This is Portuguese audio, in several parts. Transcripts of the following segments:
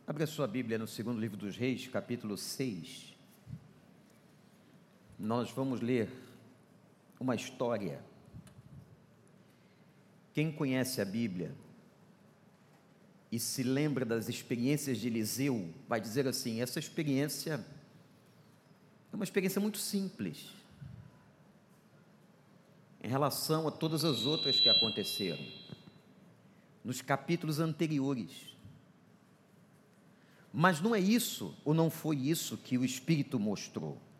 Abra sua Bíblia no segundo livro dos Reis, capítulo 6. Nós vamos ler uma história. Quem conhece a Bíblia e se lembra das experiências de Eliseu, vai dizer assim: essa experiência é uma experiência muito simples em relação a todas as outras que aconteceram nos capítulos anteriores. Mas não é isso, ou não foi isso que o Espírito mostrou. O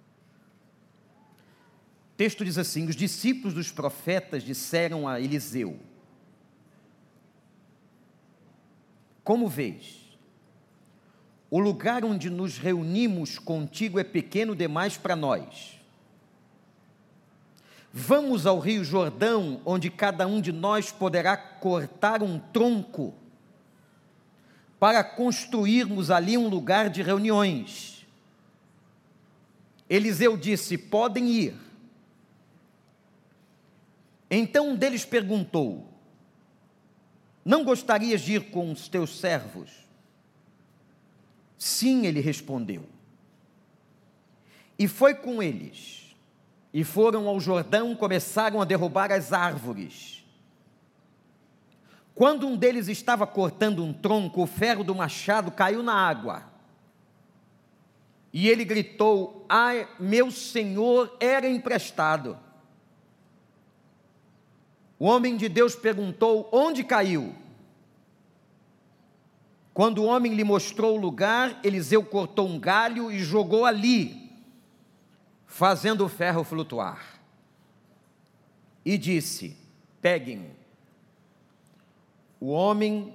texto diz assim: os discípulos dos profetas disseram a Eliseu: como vês, o lugar onde nos reunimos contigo é pequeno demais para nós. Vamos ao rio Jordão, onde cada um de nós poderá cortar um tronco, para construirmos ali um lugar de reuniões. Eliseu disse: podem ir. Então um deles perguntou: não gostarias de ir com os teus servos? Sim, ele respondeu. E foi com eles, e foram ao Jordão, começaram a derrubar as árvores. Quando um deles estava cortando um tronco, o ferro do machado caiu na água. E ele gritou: ai, meu senhor era emprestado. O homem de Deus perguntou: onde caiu? Quando o homem lhe mostrou o lugar, Eliseu cortou um galho e jogou ali, fazendo o ferro flutuar. E disse: peguem-o. O homem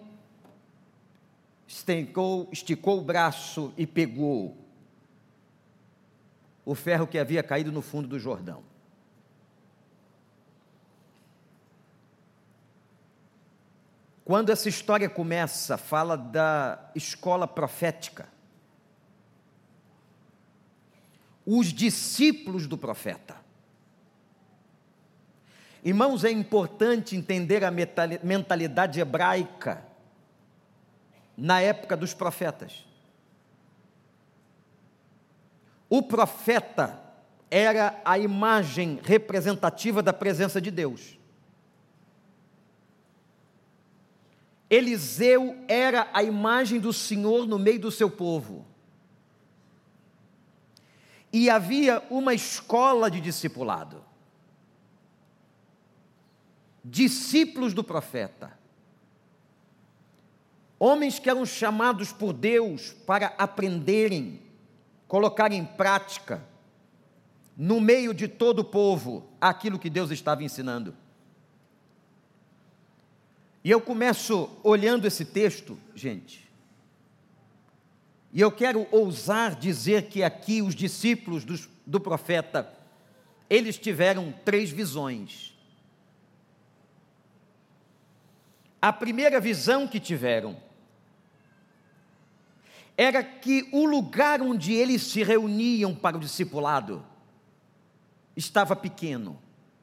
esticou o braço e pegou o ferro que havia caído no fundo do Jordão. Quando essa história começa, fala da escola profética. Os discípulos do profeta. Irmãos, é importante entender a mentalidade hebraica na época dos profetas. O profeta era a imagem representativa da presença de Deus. Eliseu era a imagem do Senhor no meio do seu povo. E havia uma escola de discipulado. Discípulos do profeta, homens que eram chamados por Deus para aprenderem, colocar em prática, no meio de todo o povo, aquilo que Deus estava ensinando. E eu começo olhando esse texto, gente, e eu quero ousar dizer que aqui os discípulos do profeta, eles tiveram 3 visões. A primeira visão que tiveram era que o lugar onde eles se reuniam para o discipulado estava pequeno.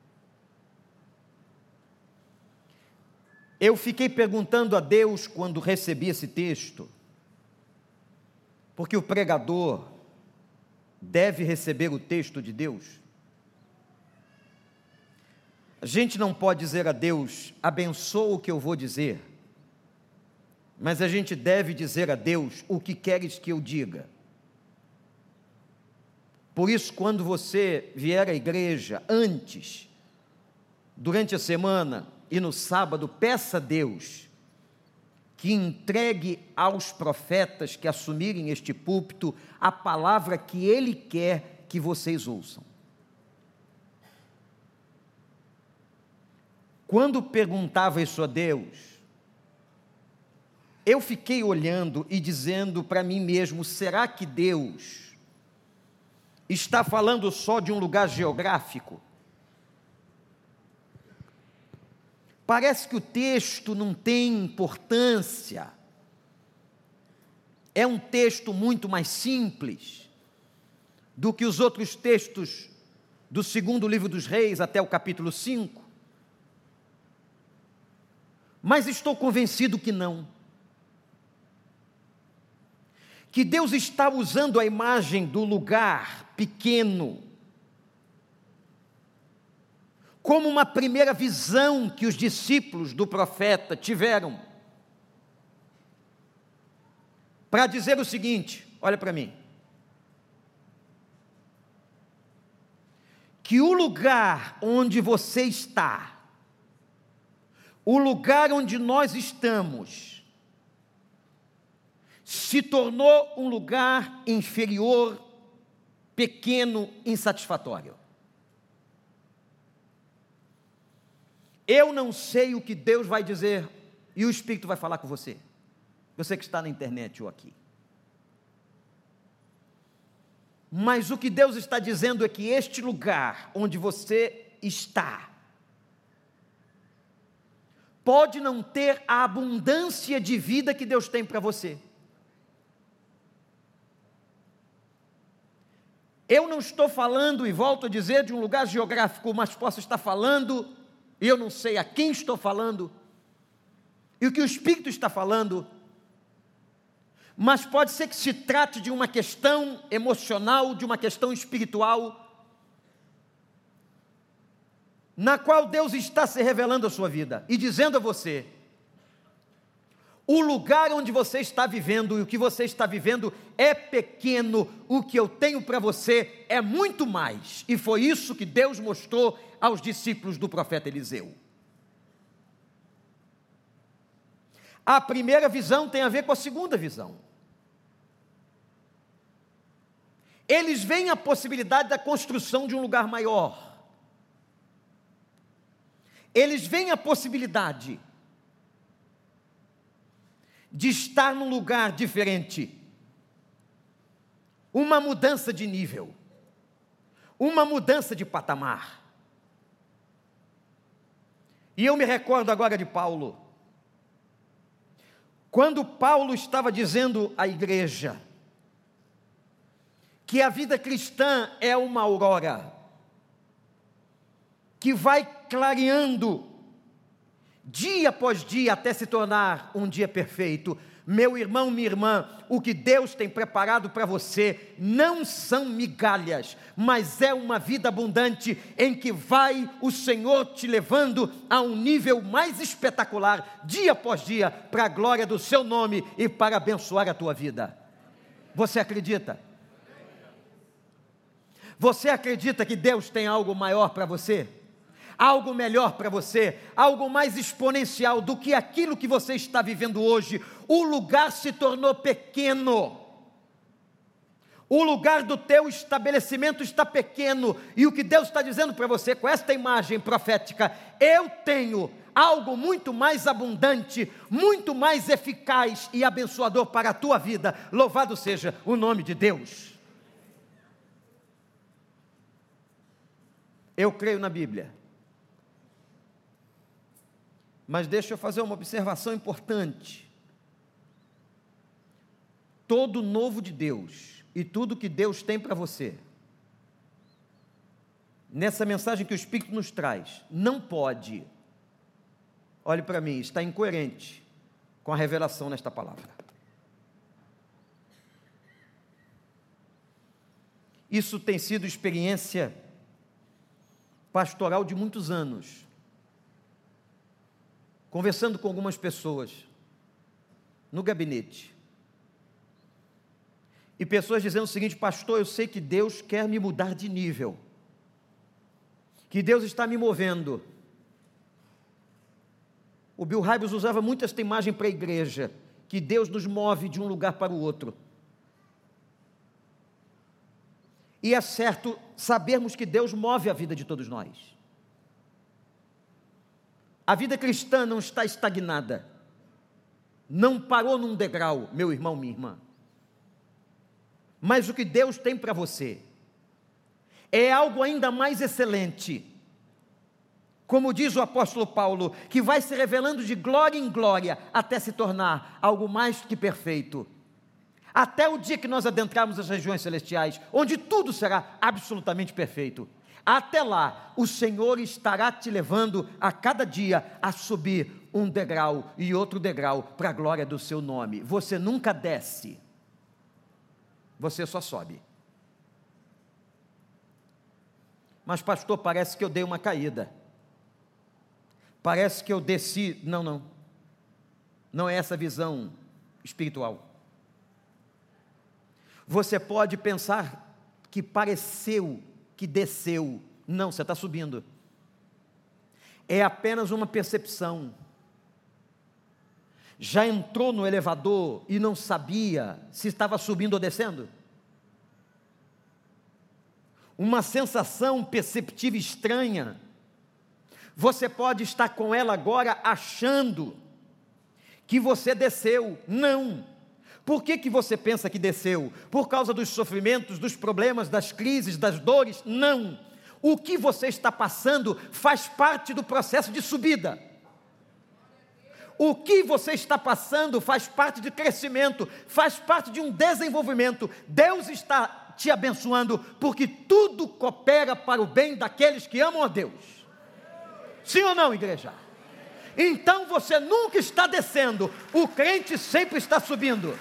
Eu fiquei perguntando a Deus quando recebi esse texto, porque o pregador deve receber o texto de Deus. A gente não pode dizer a Deus: abençoa o que eu vou dizer, mas a gente deve dizer a Deus: o que queres que eu diga? Por isso, quando você vier à igreja, antes, durante a semana e no sábado, peça a Deus que entregue aos profetas que assumirem este púlpito a palavra que Ele quer que vocês ouçam. Quando perguntava isso a Deus, eu fiquei olhando e dizendo para mim mesmo: será que Deus está falando só de um lugar geográfico? Parece que o texto não tem importância. É um texto muito mais simples do que os outros textos do segundo livro dos Reis até o capítulo 5. Mas estou convencido que não. que Deus está usando a imagem do lugar pequeno como uma primeira visão que os discípulos do profeta tiveram, para dizer o seguinte: olha para mim, que o lugar onde você está, o lugar onde nós estamos, se tornou um lugar inferior, pequeno, insatisfatório. Eu não sei o que Deus vai dizer, e o Espírito vai falar com você, você que está na internet ou aqui. Mas o que Deus está dizendo é que este lugar onde você está, pode não ter a abundância de vida que Deus tem para você. Eu não estou falando, e volto a dizer, de um lugar geográfico, mas posso estar falando, e eu não sei a quem estou falando, e o que o Espírito está falando, mas pode ser que se trate de uma questão emocional, de uma questão espiritual, na qual Deus está se revelando à sua vida, e dizendo a você: o lugar onde você está vivendo, e o que você está vivendo é pequeno, o que eu tenho para você é muito mais. E foi isso que Deus mostrou aos discípulos do profeta Eliseu. A primeira visão tem a ver com a segunda visão. Eles veem a possibilidade da construção de um lugar maior. Eles veem a possibilidade de estar num lugar diferente, uma mudança de nível, uma mudança de patamar. E eu me recordo agora de Paulo, quando Paulo estava dizendo à igreja que a vida cristã é uma aurora, que vai clareando dia após dia, até se tornar um dia perfeito. Meu irmão, minha irmã, o que Deus tem preparado para você não são migalhas, mas é uma vida abundante, em que vai o Senhor te levando a um nível mais espetacular, dia após dia, para a glória do seu nome e para abençoar a tua vida. Você acredita? Você acredita que Deus tem algo maior para você? Algo melhor para você, algo mais exponencial do que aquilo que você está vivendo hoje? O lugar se tornou pequeno, o lugar do teu estabelecimento está pequeno, e o que Deus está dizendo para você com esta imagem profética: eu tenho algo muito mais abundante, muito mais eficaz e abençoador para a tua vida. Louvado seja o nome de Deus. Eu creio na Bíblia. Mas deixa eu fazer uma observação importante. Todo novo de Deus e tudo que Deus tem para você, nessa mensagem que o Espírito nos traz, não pode, olhe para mim, está incoerente com a revelação nesta palavra. Isso tem sido experiência pastoral de muitos anos, conversando com algumas pessoas no gabinete, e pessoas dizendo o seguinte: pastor, eu sei que Deus quer me mudar de nível, que Deus está me movendo. O Bill Hybels usava muito esta imagem para a igreja, que Deus nos move de um lugar para o outro. E é certo sabermos que Deus move a vida de todos nós. A vida cristã não está estagnada, não parou num degrau, meu irmão, minha irmã. Mas o que Deus tem para você é algo ainda mais excelente. Como diz o apóstolo Paulo, que vai se revelando de glória em glória, até se tornar algo mais que perfeito. Até o dia que nós adentrarmos as regiões celestiais, onde tudo será absolutamente perfeito. Até lá, o Senhor estará te levando a cada dia a subir um degrau e outro degrau para a glória do seu nome. Você nunca desce, você só sobe. Mas pastor, parece que eu dei uma caída. Parece que eu desci. Não. Não é essa visão espiritual. Você pode pensar que pareceu que desceu. Não, você está subindo. É apenas uma percepção. Já entrou no elevador e não sabia se estava subindo ou descendo? Uma sensação perceptiva estranha. Você pode estar com ela agora achando que você desceu. Não. Por que você pensa que desceu? Por causa dos sofrimentos, dos problemas, das crises, das dores? Não. O que você está passando faz parte do processo de subida. O que você está passando faz parte de crescimento, faz parte de um desenvolvimento. Deus está te abençoando, porque tudo coopera para o bem daqueles que amam a Deus. Sim ou não, igreja? Então você nunca está descendo, o crente sempre está subindo.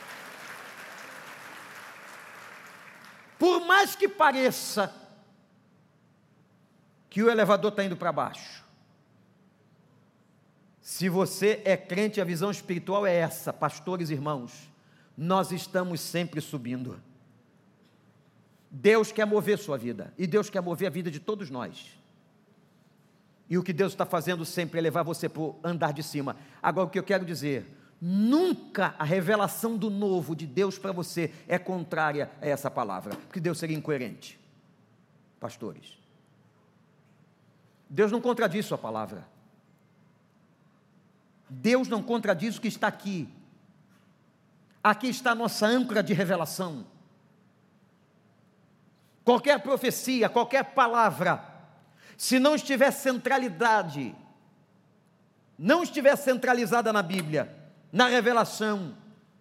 Por mais que pareça que o elevador está indo para baixo, se você é crente, a visão espiritual é essa, pastores, irmãos, nós estamos sempre subindo. Deus quer mover sua vida, e Deus quer mover a vida de todos nós. E o que Deus está fazendo sempre é levar você para o andar de cima. Agora, o que eu quero dizer, nunca a revelação do novo de Deus para você é contrária a essa palavra, porque Deus seria incoerente, pastores. Deus não contradiz sua palavra. Deus não contradiz o que está aqui. Aqui está a nossa âncora de revelação. Qualquer profecia, qualquer palavra, se não estiver centralidade, não estiver centralizada na Bíblia, na revelação,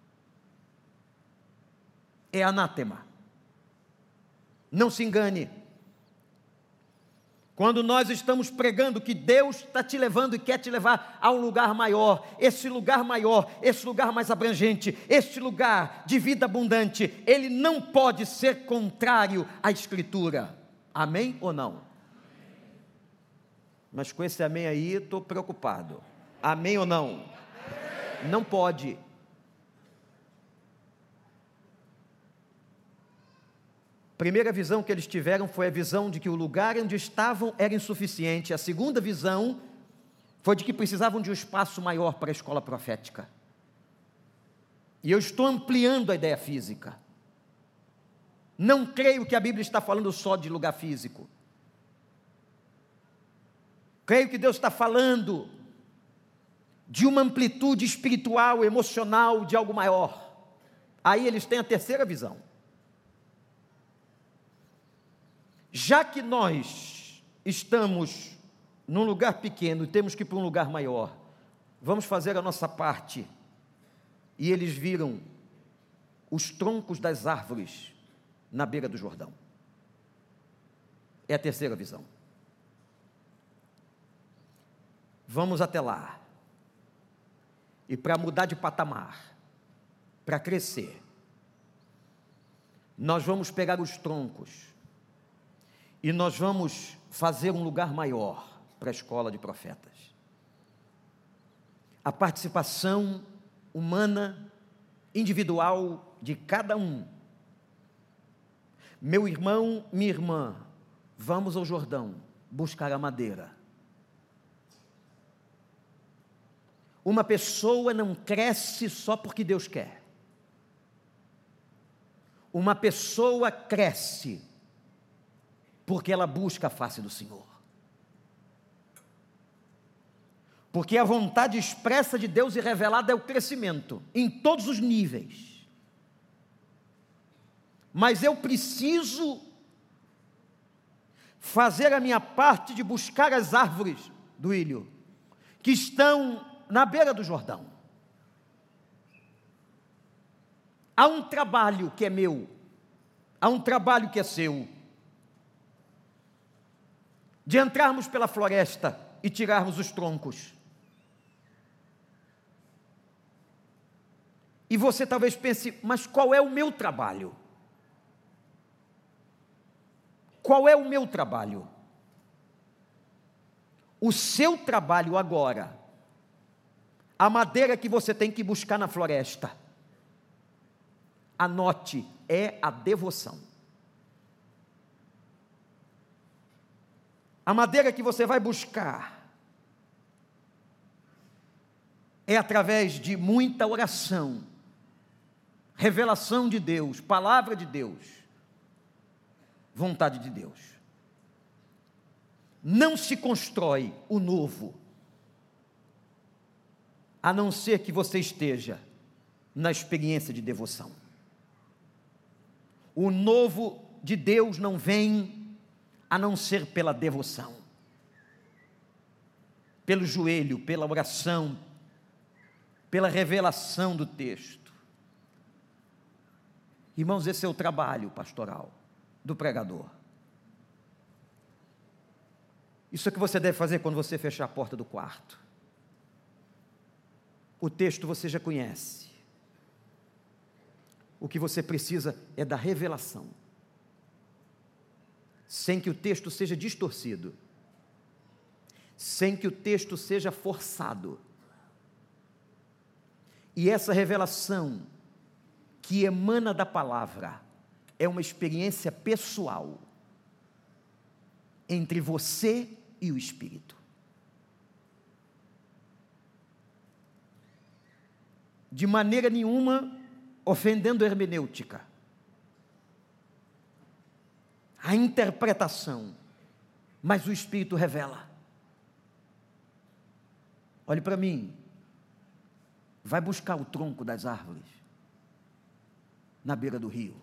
é anátema. Não se engane. Quando nós estamos pregando que Deus está te levando e quer te levar a um lugar maior, esse lugar mais abrangente, este lugar de vida abundante, ele não pode ser contrário à Escritura. Amém ou não? Mas com esse amém aí, estou preocupado. Amém ou não? Não pode. Primeira visão que eles tiveram foi a visão de que o lugar onde estavam era insuficiente. A segunda visão foi de que precisavam de um espaço maior para a escola profética. E eu estou ampliando a ideia física. Não creio que a Bíblia está falando só de lugar físico. Creio que Deus está falando de uma amplitude espiritual, emocional, de algo maior. Aí eles têm a terceira visão. Já que nós estamos num lugar pequeno e temos que ir para um lugar maior, vamos fazer a nossa parte. E eles viram os troncos das árvores na beira do Jordão. É a terceira visão. Vamos até lá. E para mudar de patamar, para crescer, nós vamos pegar os troncos e nós vamos fazer um lugar maior para a escola de profetas. A participação humana, individual de cada um. Meu irmão, minha irmã, vamos ao Jordão buscar a madeira. Uma pessoa não cresce só porque Deus quer. Uma pessoa cresce porque ela busca a face do Senhor. Porque a vontade expressa de Deus e revelada é o crescimento, em todos os níveis. Mas eu preciso fazer a minha parte de buscar as árvores do ilho, que estão na beira do Jordão. Há um trabalho que é meu, há um trabalho que é seu, de entrarmos pela floresta e tirarmos os troncos. E você talvez pense, mas qual é o meu trabalho? Qual é o meu trabalho? O seu trabalho agora, a madeira que você tem que buscar na floresta, anote, é a devoção. A madeira que você vai buscar é através de muita oração, revelação de Deus, palavra de Deus, vontade de Deus. Não se constrói o novo, a não ser que você esteja na experiência de devoção. O novo de Deus não vem a não ser pela devoção, pelo joelho, pela oração, pela revelação do texto. Irmãos, esse é o trabalho pastoral do pregador. Isso é o que você deve fazer quando você fechar a porta do quarto. O texto você já conhece. O que você precisa é da revelação, sem que o texto seja distorcido, sem que o texto seja forçado. E essa revelação que emana da palavra é uma experiência pessoal entre você e o Espírito. De maneira nenhuma ofendendo a hermenêutica, a interpretação, mas o Espírito revela. Olhe para mim, vai buscar o tronco das árvores na beira do rio.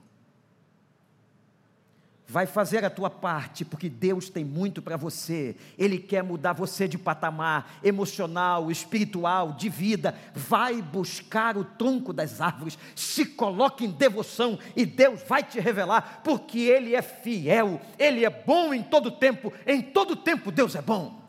Vai fazer a tua parte, porque Deus tem muito para você. Ele quer mudar você de patamar emocional, espiritual, de vida. Vai buscar o tronco das árvores, se coloque em devoção e Deus vai te revelar, porque Ele é fiel, Ele é bom em todo tempo Deus é bom.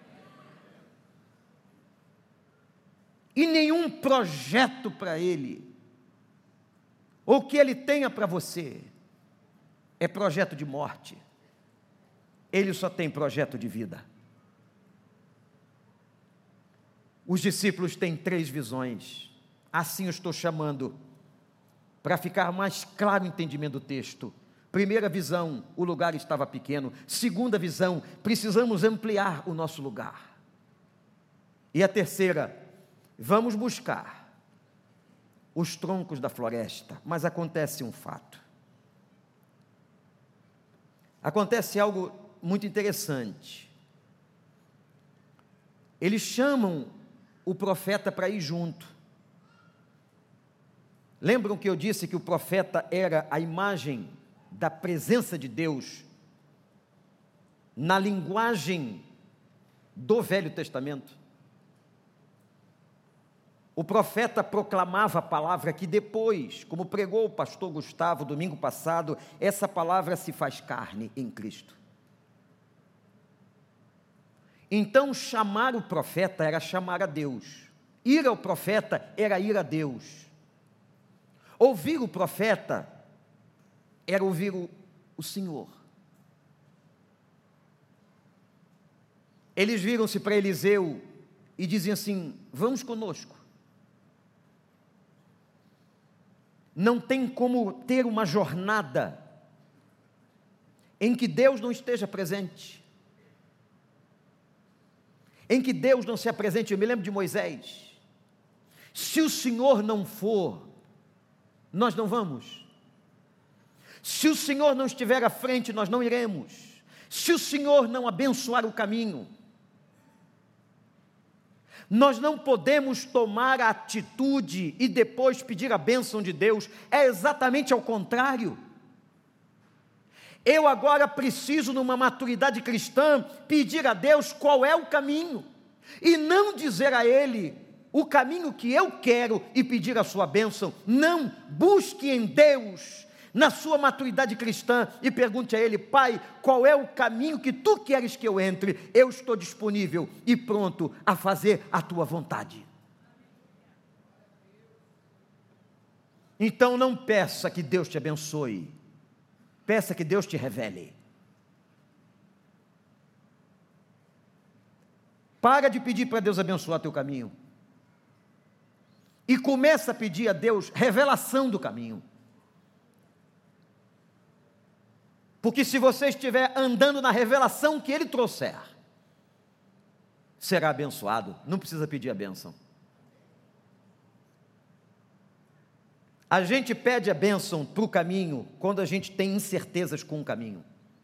E nenhum projeto para Ele, ou que Ele tenha para você, é projeto de morte. Ele só tem projeto de vida. Os discípulos têm 3 visões. Assim eu estou chamando, para ficar mais claro o entendimento do texto. Primeira visão, o lugar estava pequeno. Segunda visão, precisamos ampliar o nosso lugar. E a terceira, vamos buscar os troncos da floresta. Mas acontece um fato. Acontece algo muito interessante. Eles chamam o profeta para ir junto. Lembram que eu disse que o profeta era a imagem da presença de Deus na linguagem do Velho Testamento? O profeta proclamava a palavra que depois, como pregou o pastor Gustavo domingo passado, essa palavra se faz carne em Cristo. Então, chamar o profeta era chamar a Deus. Ir ao profeta era ir a Deus. Ouvir o profeta era ouvir o Senhor. Eles viram-se para Eliseu e diziam assim: vamos conosco. Não tem como ter uma jornada em que Deus não esteja presente, em que Deus não se apresente. Eu me lembro de Moisés: se o Senhor não for, nós não vamos. Se o Senhor não estiver à frente, nós não iremos. Se o Senhor não abençoar o caminho, nós não podemos tomar a atitude e depois pedir a bênção de Deus. É exatamente ao contrário. Eu agora preciso, numa maturidade cristã, pedir a Deus qual é o caminho, e não dizer a Ele o caminho que eu quero e pedir a sua bênção. Não, busque em Deus, na sua maturidade cristã, e pergunte a Ele: Pai, qual é o caminho que Tu queres que eu entre? Eu estou disponível e pronto a fazer a Tua vontade. Então não peça que Deus te abençoe, peça que Deus te revele. Para de pedir para Deus abençoar teu caminho. E começa a pedir a Deus revelação do caminho. Porque se você estiver andando na revelação que Ele trouxer, será abençoado. Não precisa pedir a bênção. A gente pede a bênção para o caminho quando a gente tem incertezas com o caminho.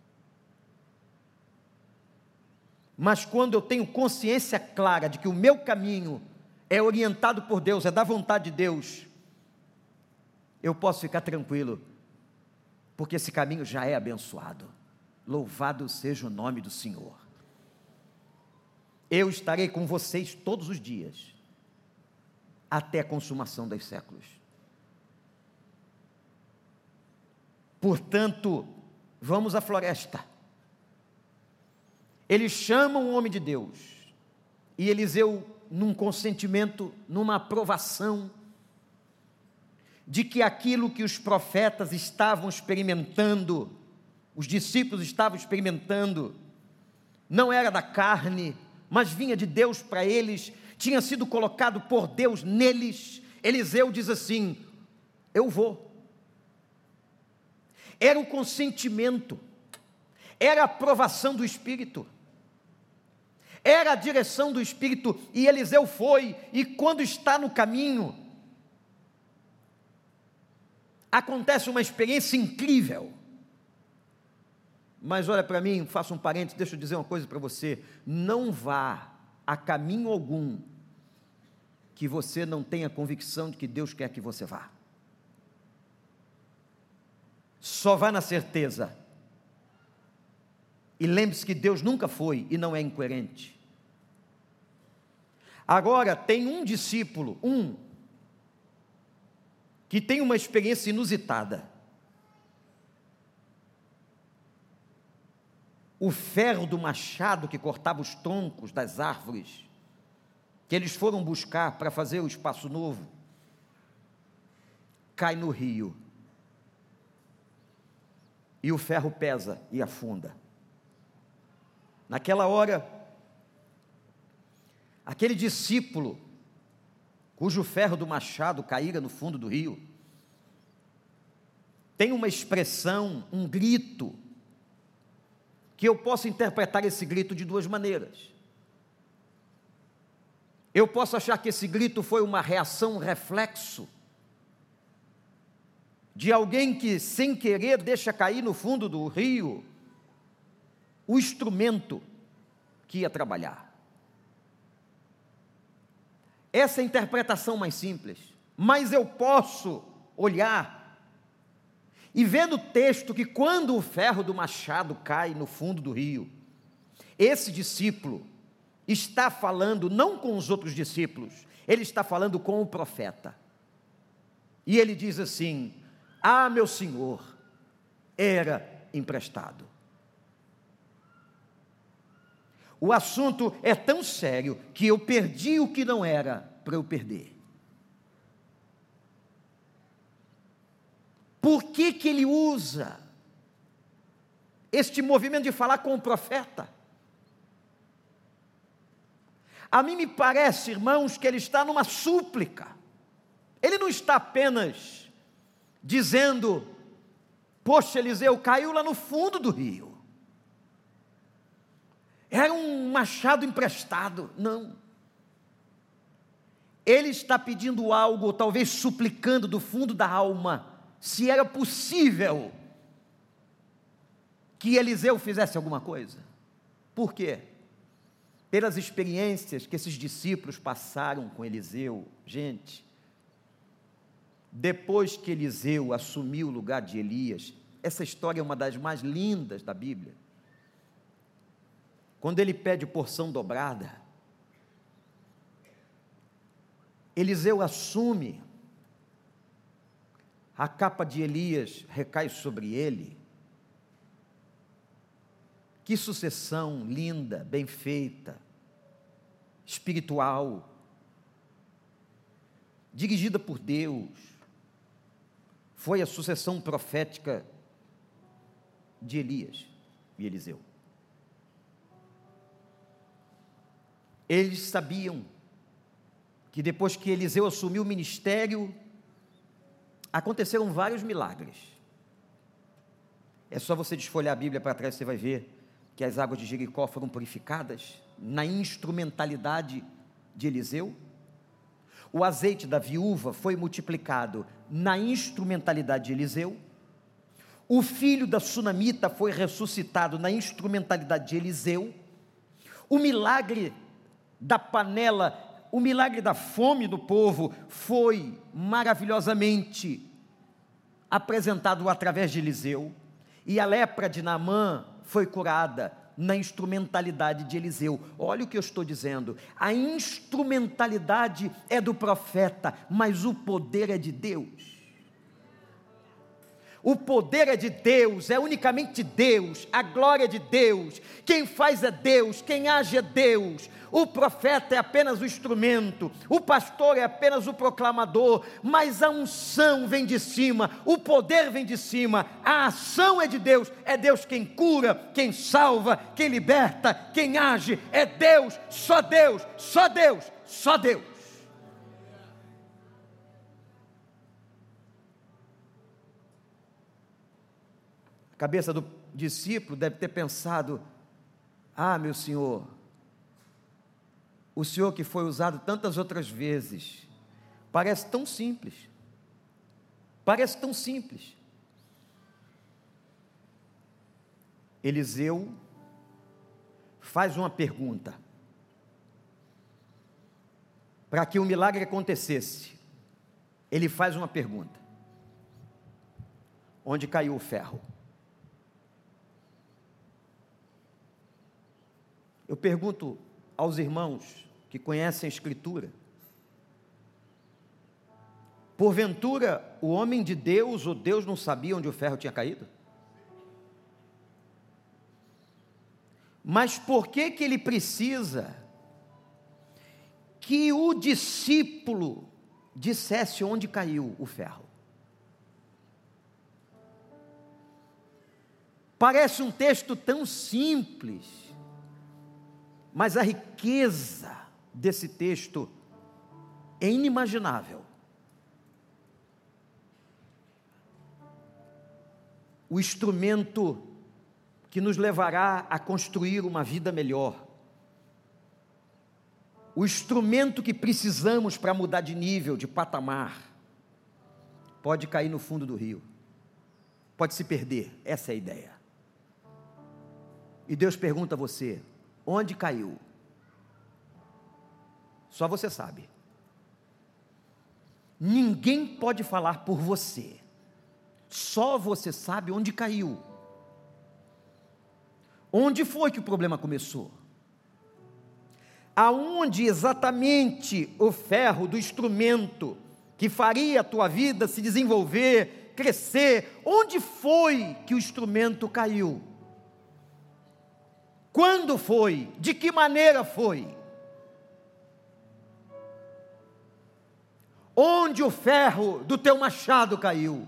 Mas quando eu tenho consciência clara de que o meu caminho é orientado por Deus, é da vontade de Deus, eu posso ficar tranquilo, porque esse caminho já é abençoado. Louvado seja o nome do Senhor. Eu estarei com vocês todos os dias, até a consumação dos séculos. Portanto, vamos à floresta. Eles chamam o homem de Deus, e Eliseu, num consentimento, numa aprovação, de que aquilo que os profetas estavam experimentando, os discípulos estavam experimentando, não era da carne, mas vinha de Deus para eles, tinha sido colocado por Deus neles. Eliseu diz assim: eu vou. Era o consentimento, era a aprovação do Espírito, era a direção do Espírito, e Eliseu foi, e quando está no caminho, acontece uma experiência incrível. Mas olha para mim, faça um parênteses, deixa eu dizer uma coisa para você: não vá a caminho algum que você não tenha convicção de que Deus quer que você vá. Só vá na certeza. E lembre-se que Deus nunca foi e não é incoerente. Agora, tem um discípulo, que tem uma experiência inusitada. O ferro do machado que cortava os troncos das árvores, que eles foram buscar para fazer o espaço novo, cai no rio. E o ferro pesa e afunda. Naquela hora, aquele discípulo, cujo ferro do machado caíra no fundo do rio, tem uma expressão, um grito, que eu posso interpretar esse grito de duas maneiras. Eu posso achar que esse grito foi uma reação, um reflexo, de alguém que, sem querer, deixa cair no fundo do rio o instrumento que ia trabalhar. Essa é a interpretação mais simples, mas eu posso olhar e ver no texto que quando o ferro do machado cai no fundo do rio, esse discípulo está falando não com os outros discípulos, ele está falando com o profeta. E ele diz assim: ah, meu Senhor, era emprestado. O assunto é tão sério que eu perdi o que não era para eu perder. Por que ele usa este movimento de falar com o profeta? A mim me parece, irmãos, que ele está numa súplica. Ele não está apenas dizendo: poxa, Eliseu, caiu lá no fundo do rio. Era um machado emprestado. Não. Ele está pedindo algo, ou talvez suplicando do fundo da alma, se era possível que Eliseu fizesse alguma coisa. Por quê? Pelas experiências que esses discípulos passaram com Eliseu. Gente, depois que Eliseu assumiu o lugar de Elias, essa história é uma das mais lindas da Bíblia. Quando ele pede porção dobrada, Eliseu assume, a capa de Elias recai sobre ele. Que sucessão linda, bem feita, espiritual, dirigida por Deus. Foi a sucessão profética de Elias e Eliseu. Eles sabiam que depois que Eliseu assumiu o ministério, aconteceram vários milagres. É só você desfolhar a Bíblia para trás, você vai ver que as águas de Jericó foram purificadas na instrumentalidade de Eliseu. O azeite da viúva foi multiplicado na instrumentalidade de Eliseu. O filho da sunamita foi ressuscitado na instrumentalidade de Eliseu. O milagre da panela, o milagre da fome do povo foi maravilhosamente apresentado através de Eliseu. E a lepra de Naamã foi curada na instrumentalidade de Eliseu. Olha o que eu estou dizendo, a instrumentalidade é do profeta, mas o poder é de Deus. O poder é de Deus, é unicamente Deus, a glória é de Deus, quem faz é Deus, quem age é Deus. O profeta é apenas o instrumento, o pastor é apenas o proclamador, mas a unção vem de cima, o poder vem de cima, a ação é Deus quem cura, quem salva, quem liberta, quem age, é Deus, só Deus, só Deus, só Deus. A cabeça do discípulo deve ter pensado: ah, meu Senhor, o Senhor que foi usado tantas outras vezes, parece tão simples, Eliseu faz uma pergunta, para que o milagre acontecesse, ele faz uma pergunta: onde caiu o ferro? Eu pergunto aos irmãos que conhecem a Escritura, porventura o homem de Deus ou Deus não sabia onde o ferro tinha caído? Mas por que ele precisa que o discípulo dissesse onde caiu o ferro? Parece um texto tão simples, mas a riqueza desse texto é inimaginável. O instrumento que nos levará a construir uma vida melhor, o instrumento que precisamos para mudar de nível, de patamar, pode cair no fundo do rio, pode se perder, essa é a ideia. E Deus pergunta a você: onde caiu? Só você sabe. Ninguém pode falar por você. Só você sabe onde caiu. Onde foi que o problema começou? Aonde exatamente o ferro do instrumento que faria a tua vida se desenvolver, crescer, onde foi que o instrumento caiu? Quando foi? De que maneira foi? Onde o ferro do teu machado caiu?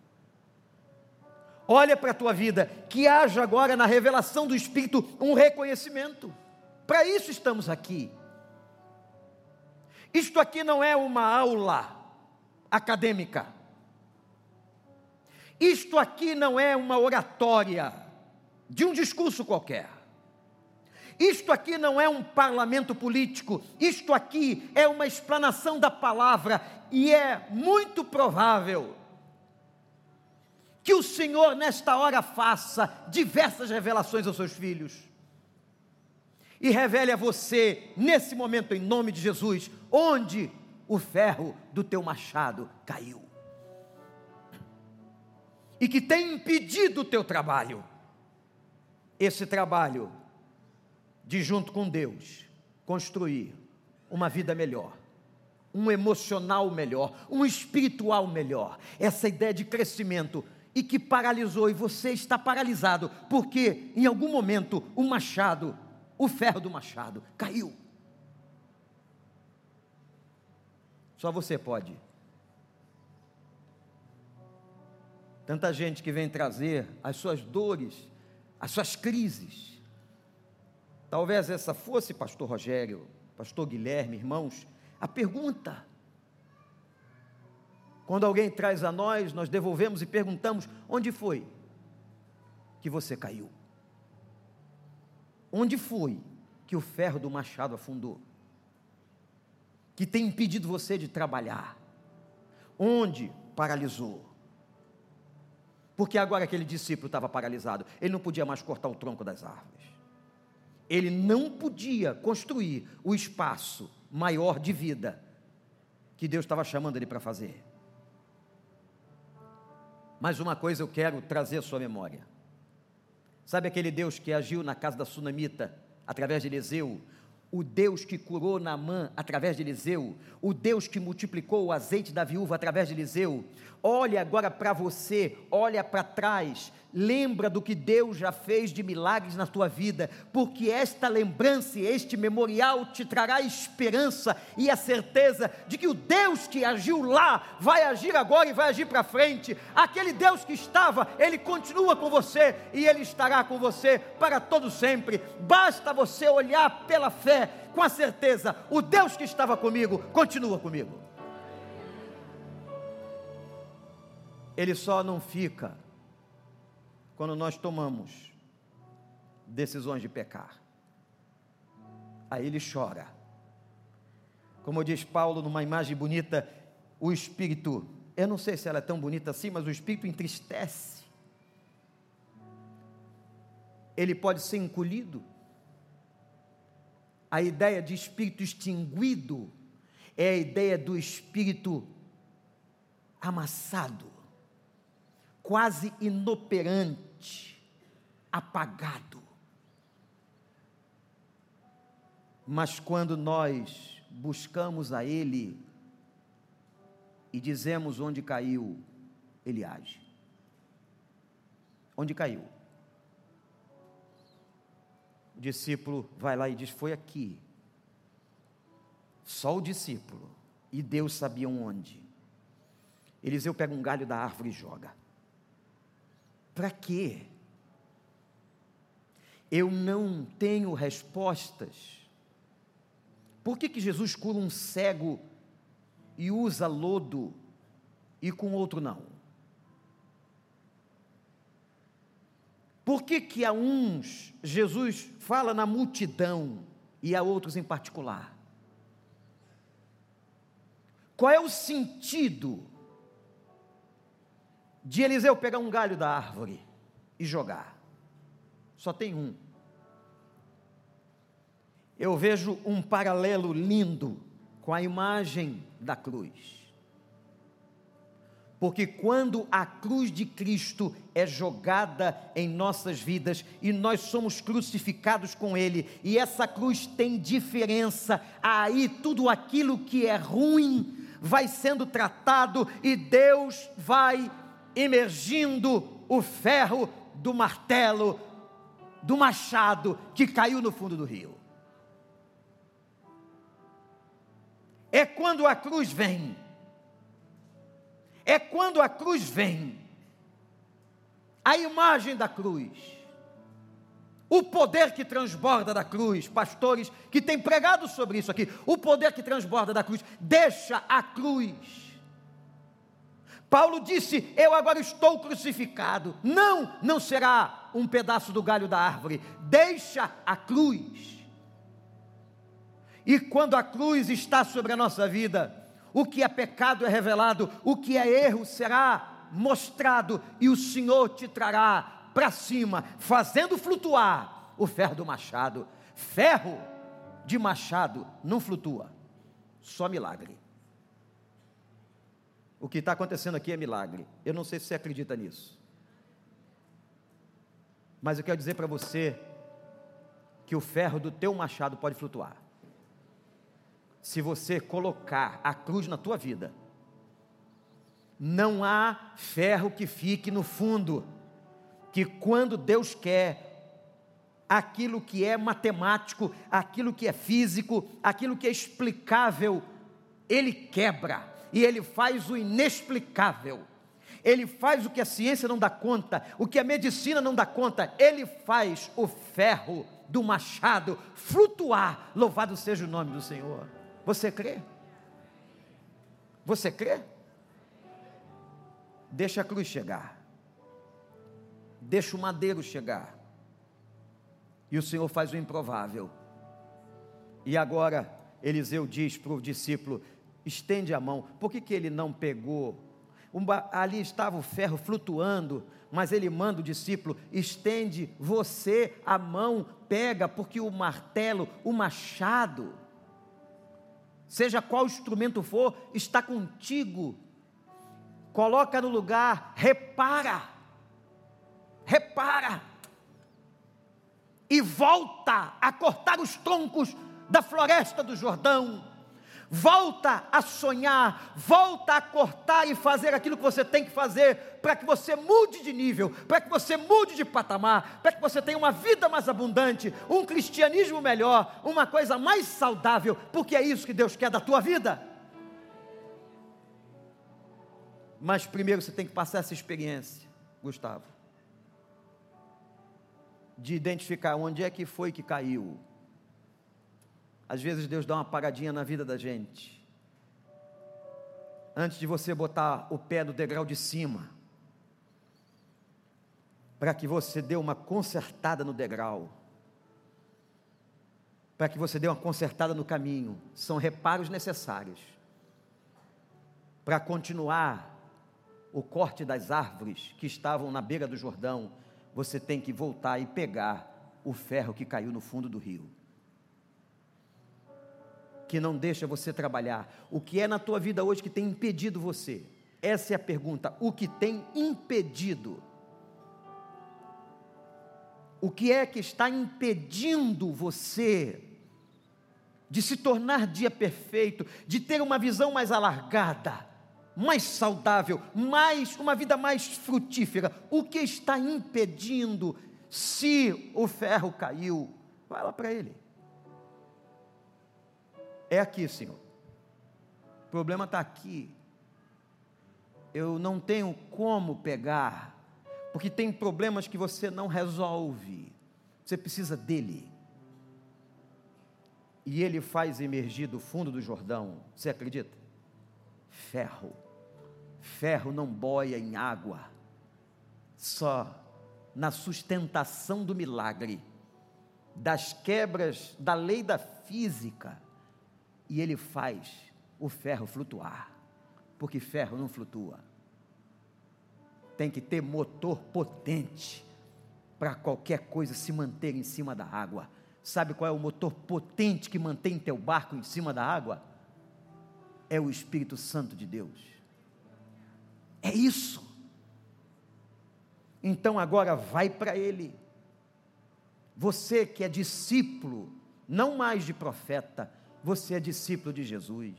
Olha para a tua vida, que haja agora na revelação do Espírito um reconhecimento. Para isso estamos aqui. Isto aqui não é uma aula acadêmica. Isto aqui não é uma oratória de um discurso qualquer. Isto aqui não é um parlamento político, isto aqui é uma explanação da palavra, e é muito provável que o Senhor nesta hora faça diversas revelações aos seus filhos, e revele a você, nesse momento, em nome de Jesus, onde o ferro do teu machado caiu, e que tem impedido o teu trabalho, esse trabalho de junto com Deus, construir uma vida melhor, um emocional melhor, um espiritual melhor, essa ideia de crescimento, e que paralisou, e você está paralisado, porque em algum momento o machado, o ferro do machado caiu. Só você pode. Tanta gente que vem trazer as suas dores, as suas crises. Talvez essa fosse, pastor Rogério, pastor Guilherme, irmãos, a pergunta. Quando alguém traz a nós, nós devolvemos e perguntamos: onde foi que você caiu? Onde foi que o ferro do machado afundou? Que tem impedido você de trabalhar? Onde paralisou? Porque agora aquele discípulo estava paralisado, ele não podia mais cortar o tronco das árvores, ele não podia construir o espaço maior de vida que Deus estava chamando ele para fazer. Mas uma coisa eu quero trazer à sua memória. Sabe aquele Deus que agiu na casa da sunamita através de Eliseu? O Deus que curou Naamã através de Eliseu, o Deus que multiplicou o azeite da viúva através de Eliseu. Olha agora para você, olha para trás, lembra do que Deus já fez de milagres na tua vida, porque esta lembrança, este memorial te trará esperança e a certeza de que o Deus que agiu lá, vai agir agora e vai agir para frente. Aquele Deus que estava, Ele continua com você e Ele estará com você para todo sempre. Basta você olhar pela fé, com a certeza, o Deus que estava comigo, continua comigo. Ele só não fica quando nós tomamos decisões de pecar. Aí ele chora. Como diz Paulo numa imagem bonita, o Espírito, eu não sei se ela é tão bonita assim, mas o Espírito entristece. Ele pode ser encolhido. A ideia de espírito extinguido é a ideia do espírito amassado, quase inoperante, apagado. Mas quando nós buscamos a Ele e dizemos onde caiu, Ele age. Onde caiu? O discípulo vai lá e diz: foi aqui. Só o discípulo e Deus sabiam onde. Eliseu pega um galho da árvore e joga. Para quê? Eu não tenho respostas. Por que Jesus cura um cego e usa lodo e com outro não? Por que a uns Jesus fala na multidão e a outros em particular? Qual é o sentido de Eliseu pegar um galho da árvore e jogar? Só tem um. Eu vejo um paralelo lindo com a imagem da cruz. Porque quando a cruz de Cristo é jogada em nossas vidas e nós somos crucificados com Ele, e essa cruz tem diferença, aí tudo aquilo que é ruim vai sendo tratado e Deus vai emergindo o ferro do martelo, do machado que caiu no fundo do rio. É quando a cruz vem. É quando a cruz vem, a imagem da cruz, o poder que transborda da cruz. Pastores que têm pregado sobre isso aqui, o poder que transborda da cruz, deixa a cruz. Paulo disse: eu agora estou crucificado. Não será um pedaço do galho da árvore, deixa a cruz. E quando a cruz está sobre a nossa vida, o que é pecado é revelado, o que é erro será mostrado, e o Senhor te trará para cima, fazendo flutuar o ferro do machado. Ferro de machado não flutua, só milagre. O que está acontecendo aqui é milagre. Eu não sei se você acredita nisso, mas eu quero dizer para você que o ferro do teu machado pode flutuar. Se você colocar a cruz na tua vida, não há ferro que fique no fundo, que quando Deus quer, aquilo que é matemático, aquilo que é físico, aquilo que é explicável, Ele quebra, e Ele faz o inexplicável. Ele faz o que a ciência não dá conta, o que a medicina não dá conta. Ele faz o ferro do machado flutuar. Louvado seja o nome do Senhor. Você crê? Você crê? Deixa a cruz chegar. Deixa o madeiro chegar. E o Senhor faz o improvável. E agora Eliseu diz para o discípulo: estende a mão. Por que ele não pegou? Ali estava o ferro flutuando, mas ele manda o discípulo: estende você a mão, pega, porque o martelo, o machado, seja qual instrumento for, está contigo. Coloca no lugar, repara, e volta a cortar os troncos da floresta do Jordão. Volta a sonhar, volta a cortar e fazer aquilo que você tem que fazer, para que você mude de nível, para que você mude de patamar, para que você tenha uma vida mais abundante, um cristianismo melhor, uma coisa mais saudável, porque é isso que Deus quer da tua vida. Mas primeiro você tem que passar essa experiência, Gustavo, de identificar onde é que foi que caiu. Às vezes Deus dá uma paradinha na vida da gente, antes de você botar o pé no degrau de cima, para que você dê uma consertada no degrau, para que você dê uma consertada no caminho. São reparos necessários para continuar o corte das árvores que estavam na beira do Jordão. Você tem que voltar e pegar o ferro que caiu no fundo do rio, que não deixa você trabalhar. O que é na tua vida hoje que tem impedido você? Essa é a pergunta. O que tem impedido? O que é que está impedindo você de se tornar dia perfeito, de ter uma visão mais alargada, mais saudável, uma vida mais frutífera? O que está impedindo? Se o ferro caiu, vai lá para ele. É aqui, Senhor. O problema está aqui. Eu não tenho como pegar, porque tem problemas que você não resolve. Você precisa dele. E ele faz emergir do fundo do Jordão, você acredita? Ferro. Ferro não boia em água. Só na sustentação do milagre, das quebras da lei da física. E ele faz o ferro flutuar, porque ferro não flutua. Tem que ter motor potente para qualquer coisa se manter em cima da água. Sabe qual é o motor potente que mantém teu barco em cima da água? É o Espírito Santo de Deus. É isso. Então agora vai para ele. Você que é discípulo, não mais de profeta, você é discípulo de Jesus.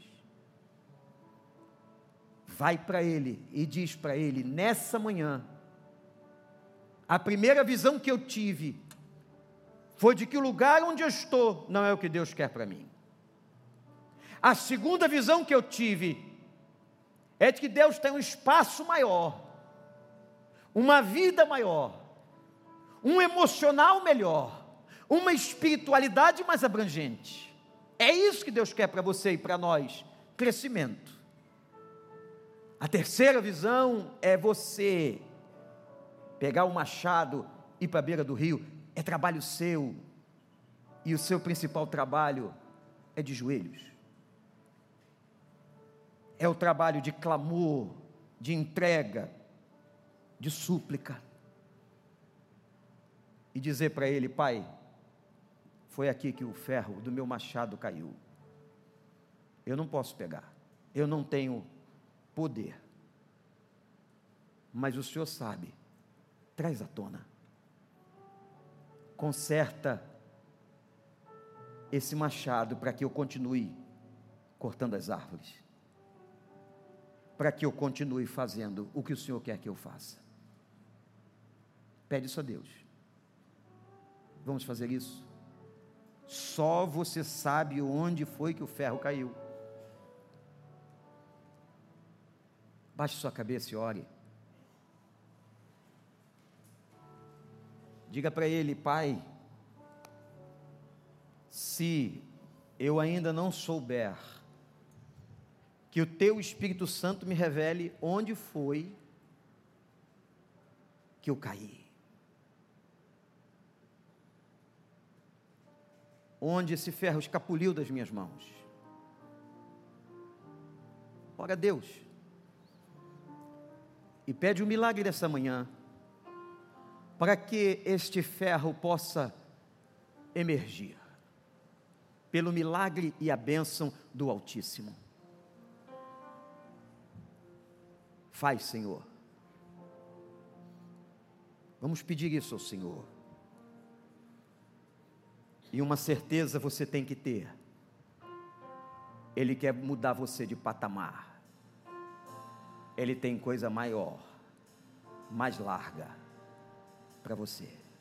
Vai para ele e diz para ele: nessa manhã, a primeira visão que eu tive foi de que o lugar onde eu estou não é o que Deus quer para mim. A segunda visão que eu tive é de que Deus tem um espaço maior, uma vida maior, um emocional melhor, uma espiritualidade mais abrangente. É isso que Deus quer para você e para nós: crescimento. A terceira visão é você pegar o machado e ir para a beira do rio. É trabalho seu, e o seu principal trabalho é de joelhos. É o trabalho de clamor, de entrega, de súplica. E dizer para ele: Pai, foi aqui que o ferro do meu machado caiu. Eu não posso pegar, eu não tenho poder, mas o Senhor sabe. Traz à tona, conserta esse machado para que eu continue cortando as árvores, para que eu continue fazendo o que o Senhor quer que eu faça. Pede isso a Deus. Vamos fazer isso? Só você sabe onde foi que o ferro caiu. Baixe sua cabeça e ore. Diga para ele: Pai, Se eu ainda não souber, que o teu Espírito Santo me revele onde foi que eu caí. Onde esse ferro escapuliu das minhas mãos. Ora a Deus. E pede o milagre dessa manhã, para que este ferro possa emergir, pelo milagre e a bênção do Altíssimo. Faz, Senhor. Vamos pedir isso ao Senhor. E uma certeza você tem que ter: Ele quer mudar você de patamar. Ele tem coisa maior, mais larga para você.